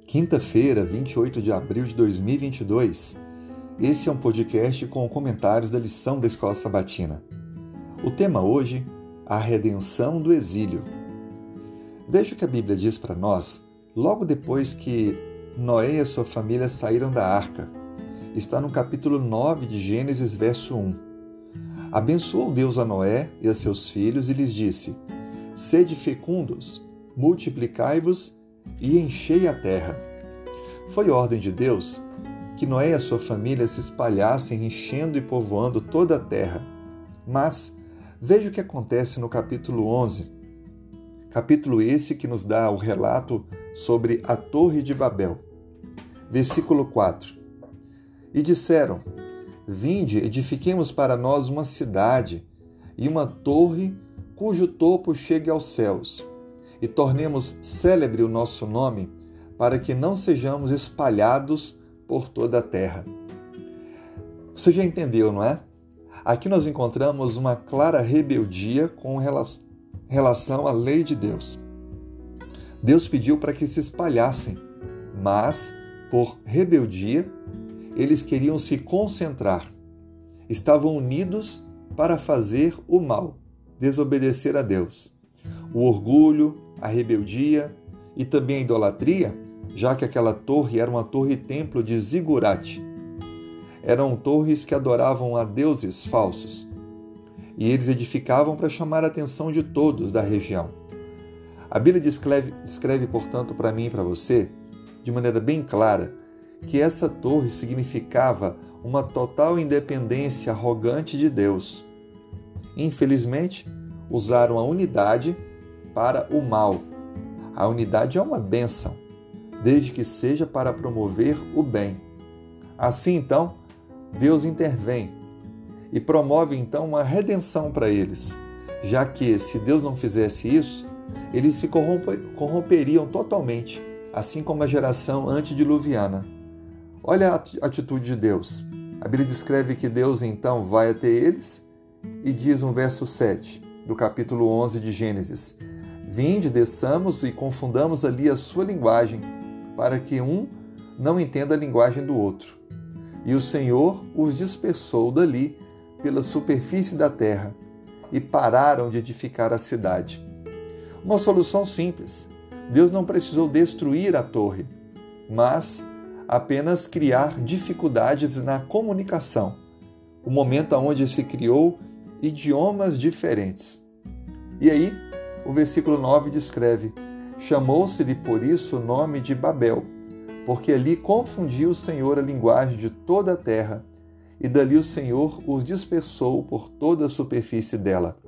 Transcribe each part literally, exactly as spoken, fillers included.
Quinta-feira, vinte e oito de abril de dois mil e vinte e dois. Esse é um podcast com comentários da lição da Escola Sabatina. O tema hoje, a redenção do exílio. Veja o que a Bíblia diz para nós, logo depois que Noé e a sua família saíram da arca. Está no capítulo nove de Gênesis, verso um. Abençoou Deus a Noé e a seus filhos e lhes disse: Sede fecundos, multiplicai-vos e enchei a terra. Foi ordem de Deus que Noé e a sua família se espalhassem, enchendo e povoando toda a terra. Mas veja o que acontece no capítulo onze. Capítulo esse que nos dá o relato sobre a Torre de Babel. Versículo quatro. E disseram: Vinde, edifiquemos para nós uma cidade e uma torre cujo topo chegue aos céus, e tornemos célebre o nosso nome, para que não sejamos espalhados por toda a terra. Você já entendeu, não é? Aqui nós encontramos uma clara rebeldia com relação à lei de Deus. Deus pediu para que se espalhassem, mas, por rebeldia, eles queriam se concentrar. Estavam unidos para fazer o mal, desobedecer a Deus. O orgulho, a rebeldia e também a idolatria, já que aquela torre era uma torre-templo de Zigurate. Eram torres que adoravam a deuses falsos. E eles edificavam para chamar a atenção de todos da região. A Bíblia descreve, descreve portanto, para mim e para você, de maneira bem clara, que essa torre significava uma total independência arrogante de Deus. Infelizmente, usaram a unidade para o mal. A unidade é uma bênção, desde que seja para promover o bem. Assim, então, Deus intervém e promove, então, uma redenção para eles, já que, se Deus não fizesse isso, eles se corromperiam totalmente, assim como a geração antediluviana. Olha a atitude de Deus. A Bíblia descreve que Deus, então, vai até eles e diz no verso sete do capítulo onze de Gênesis: Vinde, desçamos e confundamos ali a sua linguagem, para que um não entenda a linguagem do outro. E o Senhor os dispersou dali pela superfície da terra, e pararam de edificar a cidade. Uma solução simples. Deus não precisou destruir a torre, mas apenas criar dificuldades na comunicação, o momento onde se criou idiomas diferentes. E aí, o versículo nove descreve: Chamou-se-lhe por isso o nome de Babel, porque ali confundiu o Senhor a linguagem de toda a terra, e dali o Senhor os dispersou por toda a superfície dela.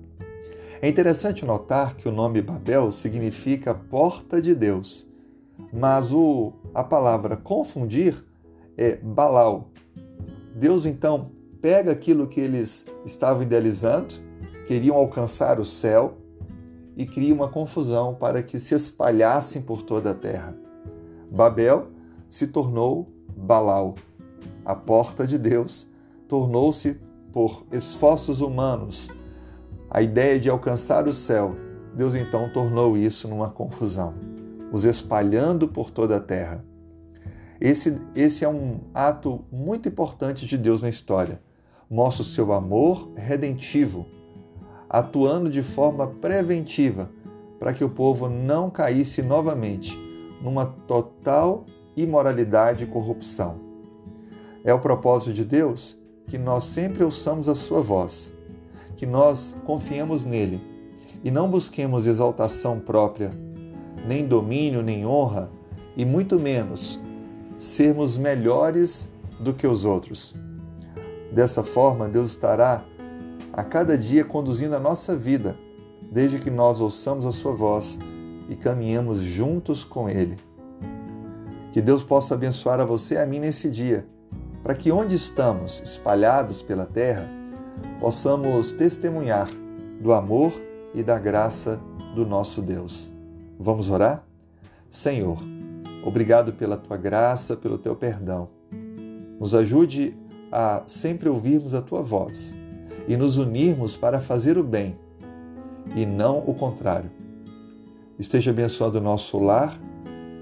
É interessante notar que o nome Babel significa porta de Deus, mas o, a palavra confundir é Balau. Deus então pega aquilo que eles estavam idealizando, queriam alcançar o céu, e cria uma confusão para que se espalhassem por toda a terra. Babel se tornou Balau. A porta de Deus tornou-se, por esforços humanos, a ideia de alcançar o céu. Deus então tornou isso numa confusão, os espalhando por toda a terra. Esse, esse é um ato muito importante de Deus na história. Mostra o seu amor redentivo, atuando de forma preventiva para que o povo não caísse novamente numa total imoralidade e corrupção. É o propósito de Deus que nós sempre ouçamos a sua voz, que nós confiemos nele e não busquemos exaltação própria, nem domínio, nem honra, e muito menos sermos melhores do que os outros. Dessa forma, Deus estará a cada dia conduzindo a nossa vida, desde que nós ouçamos a sua voz e caminhemos juntos com ele. Que Deus possa abençoar a você e a mim nesse dia, para que onde estamos, espalhados pela terra, possamos testemunhar do amor e da graça do nosso Deus. Vamos orar? Senhor, obrigado pela tua graça, pelo teu perdão. Nos ajude a sempre ouvirmos a tua voz e nos unirmos para fazer o bem e não o contrário. Esteja abençoado o nosso lar,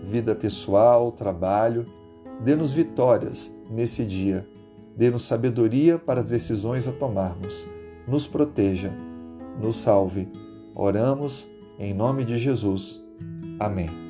vida pessoal, trabalho. Dê-nos vitórias nesse dia. Dê-nos sabedoria para as decisões a tomarmos. Nos proteja, nos salve. Oramos em nome de Jesus. Amém.